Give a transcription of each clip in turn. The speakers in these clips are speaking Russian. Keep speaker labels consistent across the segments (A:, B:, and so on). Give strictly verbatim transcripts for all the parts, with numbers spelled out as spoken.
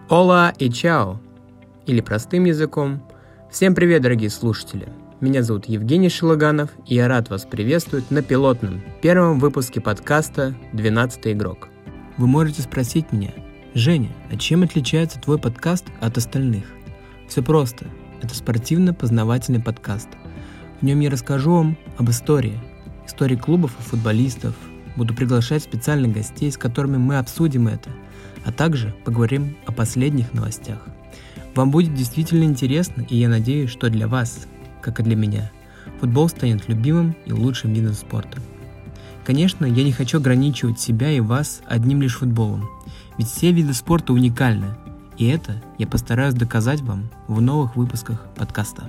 A: Ола и чао, или простым языком. Всем привет, дорогие слушатели. Меня зовут Евгений Шелыганов, и я рад вас приветствовать на пилотном, первом выпуске подкаста «двенадцатый игрок». Вы можете спросить меня: Женя, а чем отличается твой подкаст от остальных? Все просто. Это спортивно-познавательный подкаст. В нем я расскажу вам об истории, истории клубов и футболистов. Буду приглашать специальных гостей, с которыми мы обсудим это, а также поговорим о последних новостях. Вам будет действительно интересно, и я надеюсь, что для вас, как и для меня, футбол станет любимым и лучшим видом спорта. Конечно, я не хочу ограничивать себя и вас одним лишь футболом, ведь все виды спорта уникальны, и это я постараюсь доказать вам в новых выпусках подкаста.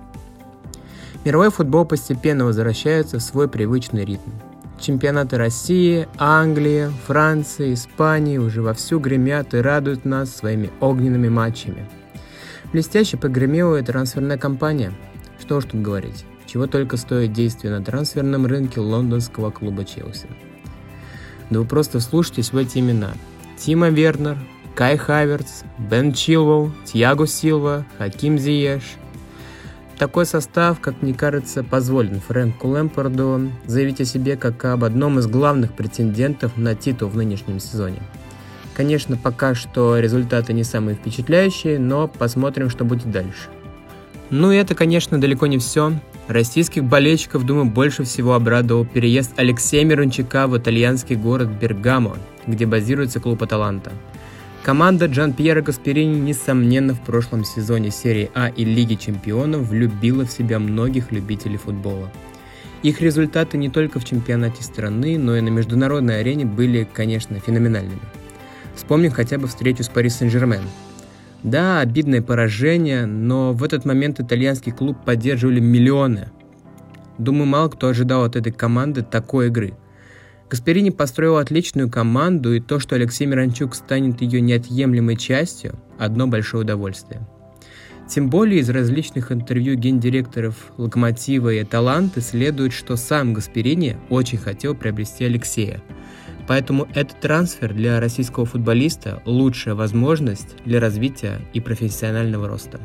A: Мировой футбол постепенно возвращается в свой привычный ритм. Чемпионаты России, Англии, Франции, Испании уже вовсю гремят и радуют нас своими огненными матчами. Блестяще прогремела и трансферная кампания. Что уж тут говорить, чего только стоит действие на трансферном рынке лондонского клуба Челси. Да вы просто вслушайтесь в эти имена. Тимо Вернер, Кай Хаверц, Бен Чилвелл, Тиаго Силва, Хаким Зиеш. Такой состав, как мне кажется, позволен Фрэнку Лэмпарду заявить о себе как об одном из главных претендентов на титул в нынешнем сезоне. Конечно, пока что результаты не самые впечатляющие, но посмотрим, что будет дальше. Ну и это, конечно, далеко не все. Российских болельщиков, думаю, больше всего обрадовал переезд Алексея Мирончука в итальянский город Бергамо, где базируется клуб «Аталанта». Команда Джанпьера Гасперини, несомненно, в прошлом сезоне серии А и Лиги Чемпионов влюбила в себя многих любителей футбола. Их результаты не только в чемпионате страны, но и на международной арене были, конечно, феноменальными. Вспомним хотя бы встречу с Пари Сен-Жермен. Да, обидное поражение, но в этот момент итальянский клуб поддерживали миллионы. Думаю, мало кто ожидал от этой команды такой игры. Гасперини построил отличную команду, и то, что Алексей Мирончук станет ее неотъемлемой частью, одно большое удовольствие. Тем более из различных интервью гендиректоров «Локомотива» и «Аталанты» следует, что сам Гасперини очень хотел приобрести Алексея. Поэтому этот трансфер для российского футболиста – лучшая возможность для развития и профессионального роста.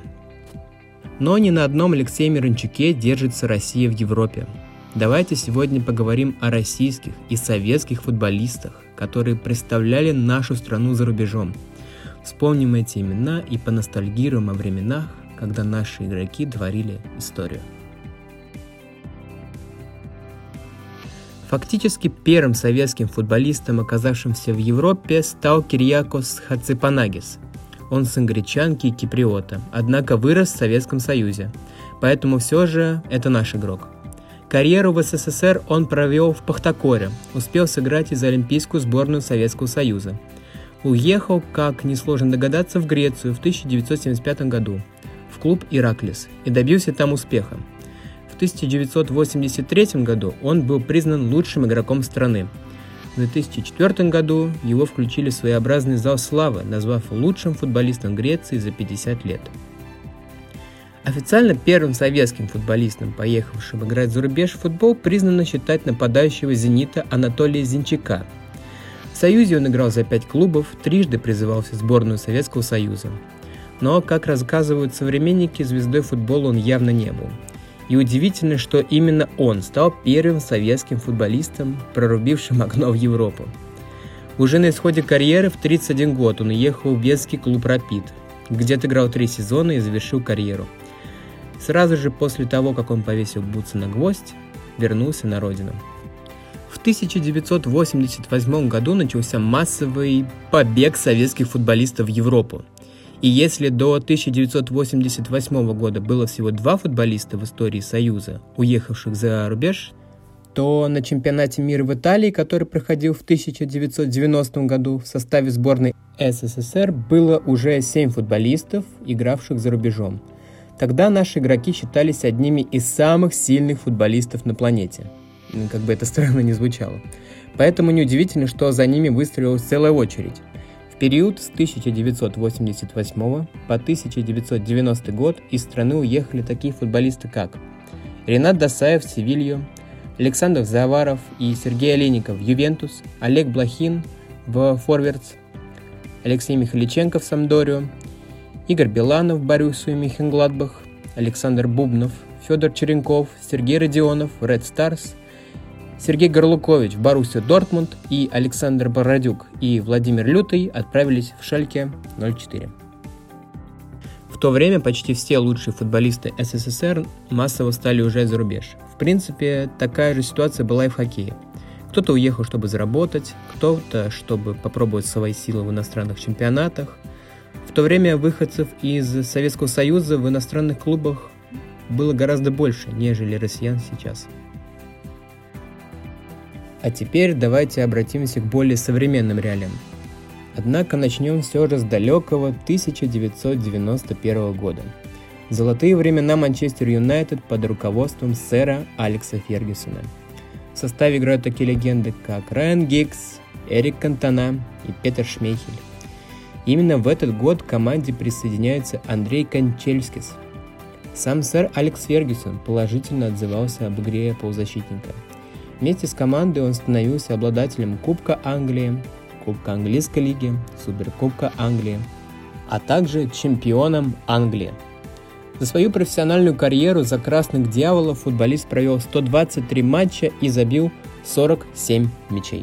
A: Но ни на одном Алексее Мирончуке держится Россия в Европе. Давайте сегодня поговорим о российских и советских футболистах, которые представляли нашу страну за рубежом. Вспомним эти имена и поностальгируем о временах, когда наши игроки творили историю. Фактически первым советским футболистом, оказавшимся в Европе, стал Кириакос Хаципанагис. Он сын гречанки и киприота, однако вырос в Советском Союзе, поэтому все же это наш игрок. Карьеру в СССР он провел в Пахтакоре, успел сыграть и за олимпийскую сборную Советского Союза. Уехал, как несложно догадаться, в Грецию в тысяча девятьсот семьдесят пятом году, в клуб «Ираклис», и добился там успеха. В тысяча девятьсот восемьдесят третьем году он был признан лучшим игроком страны. В две тысячи четвёртом году его включили в своеобразный зал славы, назвав лучшим футболистом Греции за пятьдесят лет. Официально первым советским футболистом, поехавшим играть за рубеж в футбол, признано считать нападающего «Зенита» Анатолия Зинчака. В Союзе он играл за пять клубов, трижды призывался в сборную Советского Союза. Но, как рассказывают современники, звездой футбола он явно не был. И удивительно, что именно он стал первым советским футболистом, прорубившим окно в Европу. Уже на исходе карьеры в тридцать один год он уехал в венский клуб «Рапид», где отыграл три сезона и завершил карьеру. Сразу же после того, как он повесил бутсы на гвоздь, вернулся на родину. В тысяча девятьсот восемьдесят восьмом году начался массовый побег советских футболистов в Европу. И если до тысяча девятьсот восемьдесят восьмого года было всего два футболиста в истории Союза, уехавших за рубеж, то на чемпионате мира в Италии, который проходил в тысяча девятьсот девяностом году в составе сборной СССР, было уже семь футболистов, игравших за рубежом. Тогда наши игроки считались одними из самых сильных футболистов на планете. Как бы это странно ни звучало. Поэтому неудивительно, что за ними выстроилась целая очередь. В период с тысяча девятьсот восемьдесят восьмого по тысяча девятьсот девяностый год из страны уехали такие футболисты, как Ренат Досаев в Севилью, Александр Заваров и Сергей Олейников в Ювентус, Олег Блохин в Форвардс, Алексей Михайличенко в Самдорию, Игорь Биланов в Боруссию Мönchengladbach, Александр Бубнов, Федор Черенков, Сергей Родионов в Red Stars, Сергей Горлукович в Боруссию Дортмунд и Александр Бородюк и Владимир Лютый отправились в Шальке ноль четыре. В то время почти все лучшие футболисты СССР массово стали уезжать за рубеж. В принципе, такая же ситуация была и в хоккее. Кто-то уехал, чтобы заработать, кто-то, чтобы попробовать свои силы в иностранных чемпионатах. В то время выходцев из Советского Союза в иностранных клубах было гораздо больше, нежели россиян сейчас. А теперь давайте обратимся к более современным реалиям. Однако начнем все же с далекого тысяча девятьсот девяносто первого года. Золотые времена Манчестер Юнайтед под руководством сэра Алекса Фергюсона. В составе играют такие легенды, как Райан Гиггс, Эрик Кантона и Петер Шмейхель. Именно в этот год к команде присоединяется Андрей Кончельскис. Сам сэр Алекс Фергюсон положительно отзывался об игре полузащитника. Вместе с командой он становился обладателем Кубка Англии, Кубка Английской лиги, Суперкубка Англии, а также чемпионом Англии. За свою профессиональную карьеру за Красных Дьяволов футболист провел сто двадцать три матча и забил сорок семь мячей.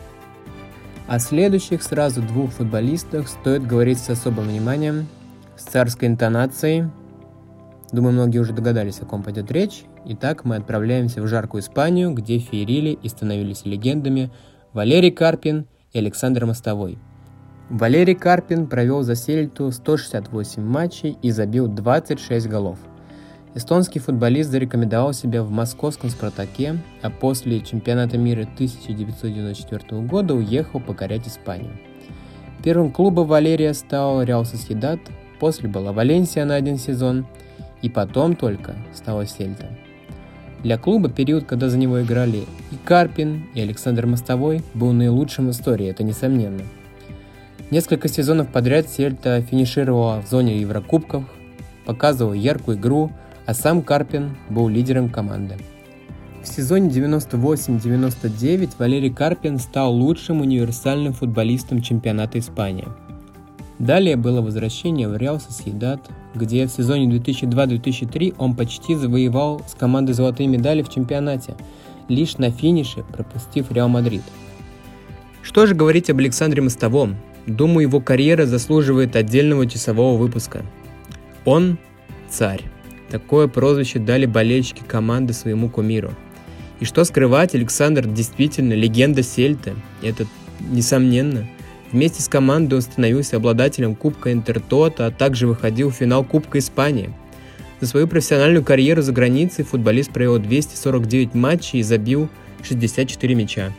A: О следующих сразу двух футболистах стоит говорить с особым вниманием, с царской интонацией. Думаю, многие уже догадались, о ком пойдет речь. Итак, мы отправляемся в жаркую Испанию, где феерили и становились легендами Валерий Карпин и Александр Мостовой. Валерий Карпин провел за Сельту сто шестьдесят восемь матчей и забил двадцать шесть голов. Эстонский футболист зарекомендовал себя в московском «Спартаке», а после чемпионата мира тысяча девятьсот девяносто четвёртого года уехал покорять Испанию. Первым клубом Валерия стал Реал Сосьедад, после была Валенсия на один сезон, и потом только стала Сельта. Для клуба период, когда за него играли и Карпин, и Александр Мостовой, был наилучшим в истории, это несомненно. Несколько сезонов подряд Сельта финишировала в зоне Еврокубков, показывала яркую игру, а сам Карпин был лидером команды. В сезоне девяносто восемь девяносто девять Валерий Карпин стал лучшим универсальным футболистом чемпионата Испании. Далее было возвращение в Реал Сосьедад, где в сезоне две тысячи два - две тысячи три он почти завоевал с командой золотые медали в чемпионате, лишь на финише пропустив Реал Мадрид. Что же говорить об Александре Мостовом? Думаю, его карьера заслуживает отдельного часового выпуска. Он – царь. Такое прозвище дали болельщики команды своему кумиру. И что скрывать, Александр действительно легенда Сельты, это несомненно. Вместе с командой он становился обладателем Кубка Интертото, а также выходил в финал Кубка Испании. За свою профессиональную карьеру за границей футболист провел двести сорок девять матчей и забил шестьдесят четыре мяча.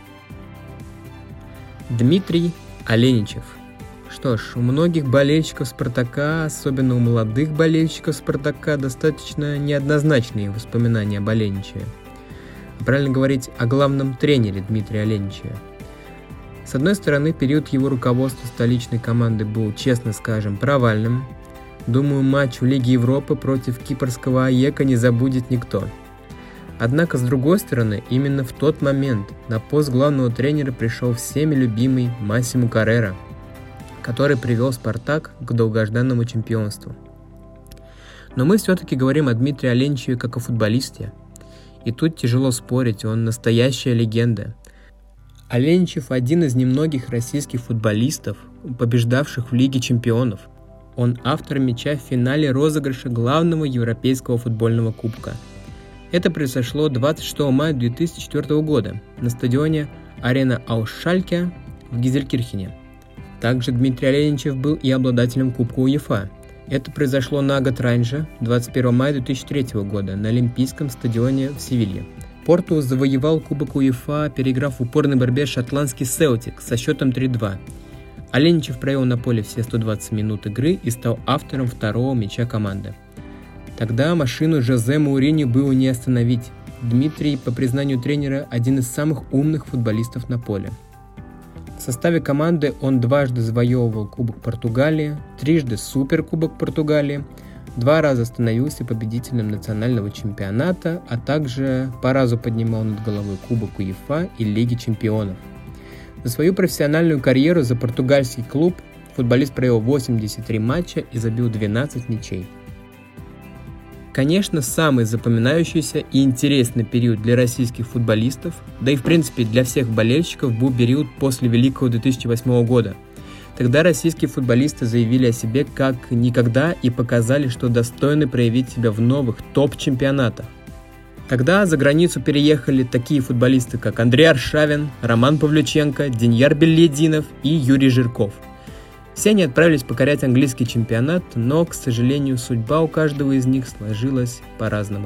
A: Дмитрий Аленичев. Что ж, у многих болельщиков «Спартака», особенно у молодых болельщиков «Спартака», достаточно неоднозначные воспоминания об Аленичеве. А правильно говорить о главном тренере Дмитрия Аленичеве. С одной стороны, период его руководства столичной команды был, честно скажем, провальным. Думаю, матч в Лиге Европы против кипрского АЕКа не забудет никто. Однако, с другой стороны, именно в тот момент на пост главного тренера пришел всеми любимый Массимо Каррера, который привел «Спартак» к долгожданному чемпионству. Но мы все-таки говорим о Дмитрии Аленичеве как о футболисте. И тут тяжело спорить, он настоящая легенда. Аленичев – один из немногих российских футболистов, побеждавших в Лиге чемпионов. Он автор мяча в финале розыгрыша главного европейского футбольного кубка. Это произошло двадцать шестого мая две тысячи четвёртого года на стадионе Арена Аус-Шальке в Гизелькирхене. Также Дмитрий Аленичев был и обладателем Кубка УЕФА. Это произошло на год раньше, двадцать первого мая две тысячи третьего года, на Олимпийском стадионе в Севилье. Порту завоевал Кубок УЕФА, переиграв в упорной борьбе шотландский Селтик со счетом три-два. Аленичев провел на поле все сто двадцать минут игры и стал автором второго мяча команды. Тогда машину Жозе Мауриньо было не остановить. Дмитрий, по признанию тренера, один из самых умных футболистов на поле. В составе команды он дважды завоевывал Кубок Португалии, трижды Суперкубок Португалии, два раза становился победителем национального чемпионата, а также по разу поднимал над головой Кубок УЕФА и Лиги чемпионов. За свою профессиональную карьеру за португальский клуб футболист провел восемьдесят три матча и забил двенадцать мячей. Конечно, самый запоминающийся и интересный период для российских футболистов, да и в принципе для всех болельщиков, был период после Великого две тысячи восьмого года. Тогда российские футболисты заявили о себе как никогда и показали, что достойны проявить себя в новых топ-чемпионатах. Тогда за границу переехали такие футболисты, как Андрей Аршавин, Роман Павлюченко, Деньяр Беллидинов и Юрий Жирков. Все они отправились покорять английский чемпионат, но, к сожалению, судьба у каждого из них сложилась по-разному.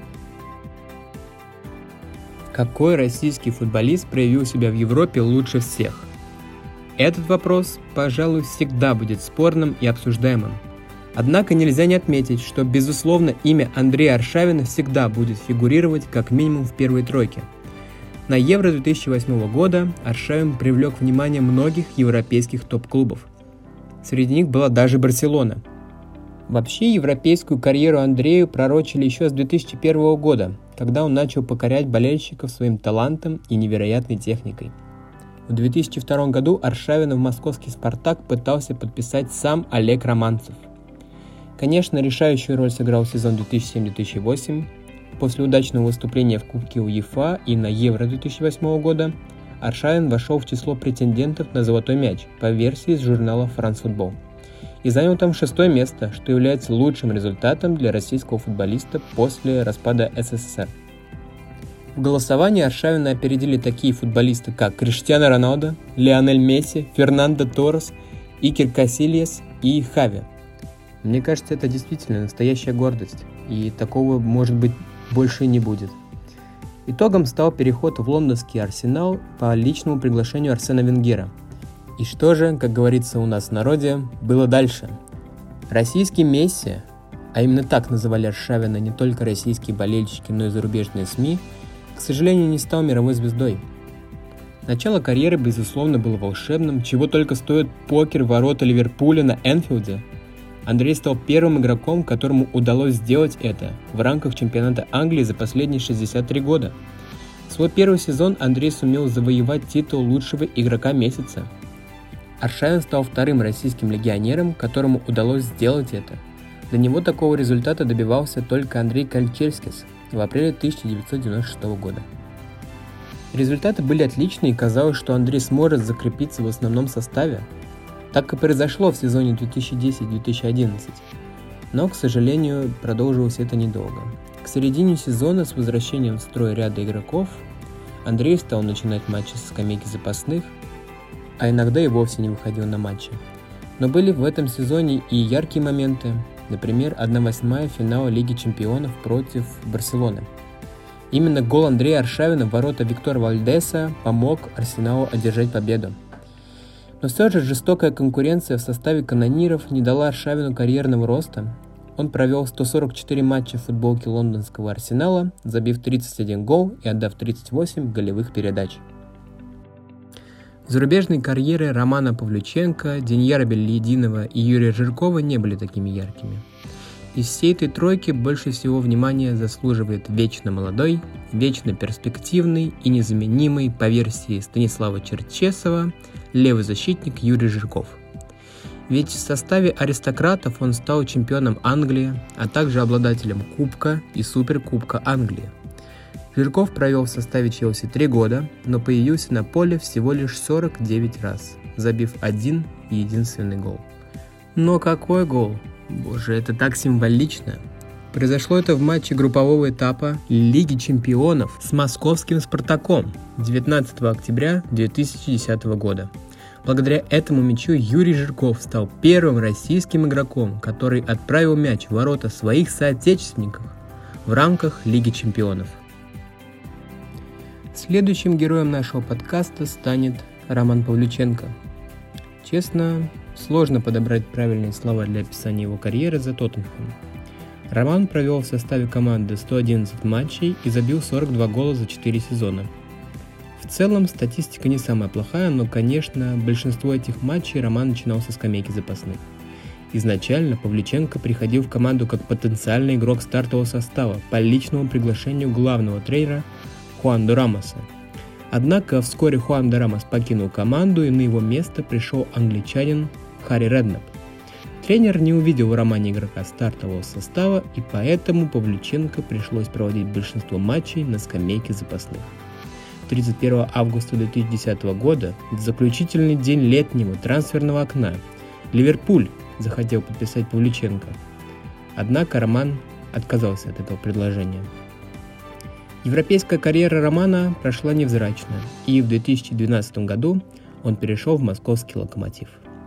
A: Какой российский футболист проявил себя в Европе лучше всех? Этот вопрос, пожалуй, всегда будет спорным и обсуждаемым. Однако нельзя не отметить, что, безусловно, имя Андрея Аршавина всегда будет фигурировать как минимум в первой тройке. На Евро две тысячи восьмого года Аршавин привлек внимание многих европейских топ-клубов. Среди них была даже Барселона. Вообще, европейскую карьеру Андрею пророчили еще с две тысячи первого года, когда он начал покорять болельщиков своим талантом и невероятной техникой. В две тысячи втором году Аршавина в московский «Спартак» пытался подписать сам Олег Романцев. Конечно, решающую роль сыграл сезон две тысячи семь - две тысячи восемь. После удачного выступления в Кубке УЕФА и на Евро две тысячи восьмого года Аршавин вошел в число претендентов на «Золотой мяч» по версии из журнала «France Football» и занял там шестое место, что является лучшим результатом для российского футболиста после распада СССР. В голосовании Аршавина опередили такие футболисты, как Криштиану Роналдо, Лионель Месси, Фернандо Торрес, Икер Касильяс и Хави. Мне кажется, это действительно настоящая гордость, и такого, может быть, больше не будет. Итогом стал переход в лондонский «Арсенал» по личному приглашению Арсена Венгера. И что же, как говорится у нас в народе, было дальше? Российский Месси, а именно так называли Аршавина не только российские болельщики, но и зарубежные СМИ, к сожалению, не стал мировой звездой. Начало карьеры, безусловно, было волшебным, чего только стоит покер ворота Ливерпуля на Энфилде. Андрей стал первым игроком, которому удалось сделать это в рамках чемпионата Англии за последние шестьдесят три года. В свой первый сезон Андрей сумел завоевать титул лучшего игрока месяца. Аршавин стал вторым российским легионером, которому удалось сделать это. До него такого результата добивался только Андрей Кальчевскис в апреле тысяча девятьсот девяносто шестого года. Результаты были отличные, и казалось, что Андрей сможет закрепиться в основном составе. Так и произошло в сезоне две тысячи десятом - две тысячи одиннадцатом, но, к сожалению, продолжилось это недолго. К середине сезона с возвращением в строй ряда игроков Андрей стал начинать матчи со скамейки запасных, а иногда и вовсе не выходил на матчи. Но были в этом сезоне и яркие моменты, например, одна восьмая финала Лиги Чемпионов против Барселоны. Именно гол Андрея Аршавина в ворота Виктора Вальдеса помог Арсеналу одержать победу. Но все же жестокая конкуренция в составе канониров не дала Аршавину карьерного роста. Он провел сто сорок четыре матча в футболке лондонского Арсенала, забив тридцать один гол и отдав тридцать восемь голевых передач. Зарубежные карьеры Романа Павлюченко, Деньяра Беллидинова и Юрия Жиркова не были такими яркими. Из всей этой тройки больше всего внимания заслуживает вечно молодой, вечно перспективный и незаменимый по версии Станислава Черчесова левый защитник Юрий Жирков. Ведь в составе аристократов он стал чемпионом Англии, а также обладателем Кубка и Суперкубка Англии. Жирков провел в составе Челси три года, но появился на поле всего лишь сорок девять раз, забив один единственный гол. Но какой гол! Боже, это так символично! Произошло это в матче группового этапа Лиги Чемпионов с московским «Спартаком» девятнадцатого октября две тысячи десятого года. Благодаря этому мячу Юрий Жирков стал первым российским игроком, который отправил мяч в ворота своих соотечественников в рамках Лиги Чемпионов. Следующим героем нашего подкаста станет Роман Павлюченко. Честно, сложно подобрать правильные слова для описания его карьеры за Тоттенхэм. Роман провел в составе команды сто одиннадцать матчей и забил сорок два гола за четыре сезона. В целом статистика не самая плохая, но, конечно, большинство этих матчей Роман начинал со скамейки запасных. Изначально Павлюченко приходил в команду как потенциальный игрок стартового состава по личному приглашению главного тренера Хуан де Рамоса. Однако вскоре Хуан де Рамос покинул команду, и на его место пришел англичанин Харри Реднап. Тренер не увидел в Романе игрока стартового состава, и поэтому Павлюченко пришлось проводить большинство матчей на скамейке запасных. тридцать первого августа две тысячи десятого года, в заключительный день летнего трансферного окна, Ливерпуль захотел подписать Павлюченко. Однако Роман отказался от этого предложения. Европейская карьера Романа прошла невзрачно, и в две тысячи двенадцатом году он перешел в московский «Локомотив».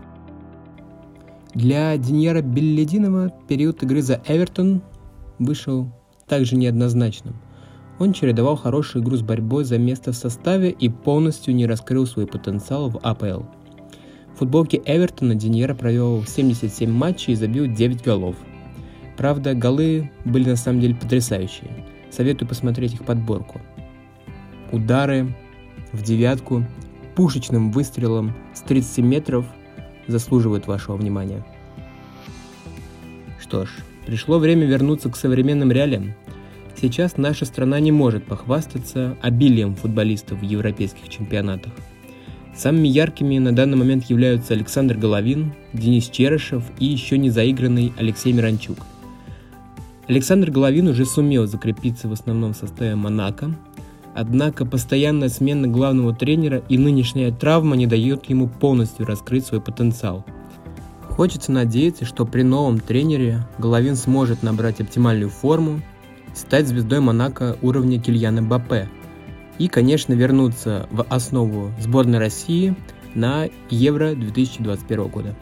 A: Для Деньяра Беллидинова период игры за Эвертон вышел также неоднозначным. Он чередовал хорошую игру с борьбой за место в составе и полностью не раскрыл свой потенциал в а пэ эл. В футболке Эвертона Деньяр провел семьдесят семь матчей и забил девять голов. Правда, голы были на самом деле потрясающие. Советую посмотреть их подборку. Удары в девятку пушечным выстрелом с тридцати метров заслуживают вашего внимания. Что ж, пришло время вернуться к современным реалиям. Сейчас наша страна не может похвастаться обилием футболистов в европейских чемпионатах. Самыми яркими на данный момент являются Александр Головин, Денис Черышев и еще не заигранный Алексей Миранчук. Александр Головин уже сумел закрепиться в основном составе Монако, однако постоянная смена главного тренера и нынешняя травма не дает ему полностью раскрыть свой потенциал. Хочется надеяться, что при новом тренере Головин сможет набрать оптимальную форму, стать звездой Монако уровня Кильяна Мбаппе и, конечно, вернуться в основу сборной России на Евро две тысячи двадцать первого года.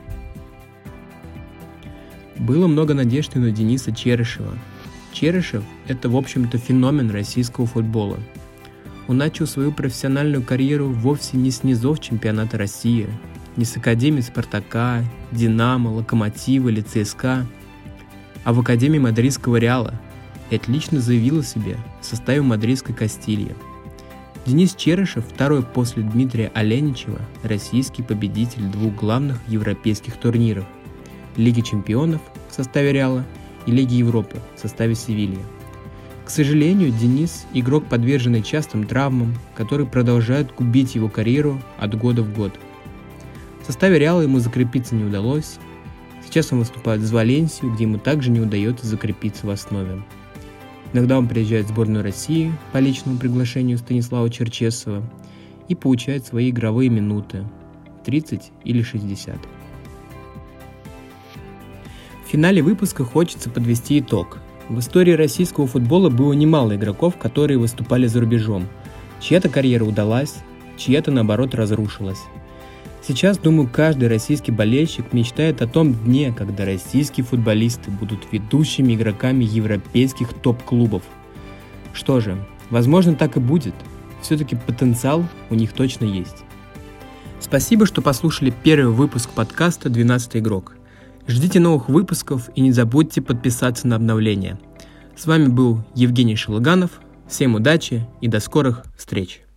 A: Было много надежд и на Дениса Черышева. Черышев – это, в общем-то, феномен российского футбола. Он начал свою профессиональную карьеру вовсе не с низов чемпионата России, не с академии Спартака, Динамо, Локомотива или ЦСКА, а в академии мадридского Реала и отлично заявил о себе в составе мадридской Кастильи. Денис Черышев, второй после Дмитрия Аленичева, российский победитель двух главных европейских турниров – Лиги чемпионов в составе Реала и Лиги Европы в составе Севильи. К сожалению, Денис – игрок, подверженный частым травмам, которые продолжают губить его карьеру от года в год. В составе Реала ему закрепиться не удалось. Сейчас он выступает за Валенсию, где ему также не удается закрепиться в основе. Иногда он приезжает в сборную России по личному приглашению Станислава Черчесова и получает свои игровые минуты – тридцать или шестьдесят. В финале выпуска хочется подвести итог. В истории российского футбола было немало игроков, которые выступали за рубежом. Чья-то карьера удалась, чья-то, наоборот, разрушилась. Сейчас, думаю, каждый российский болельщик мечтает о том дне, когда российские футболисты будут ведущими игроками европейских топ-клубов. Что же, возможно, так и будет. Все-таки потенциал у них точно есть. Спасибо, что послушали первый выпуск подкаста «двенадцатый игрок». Ждите новых выпусков и не забудьте подписаться на обновления. С вами был Евгений Шелыганов. Всем удачи и до скорых встреч!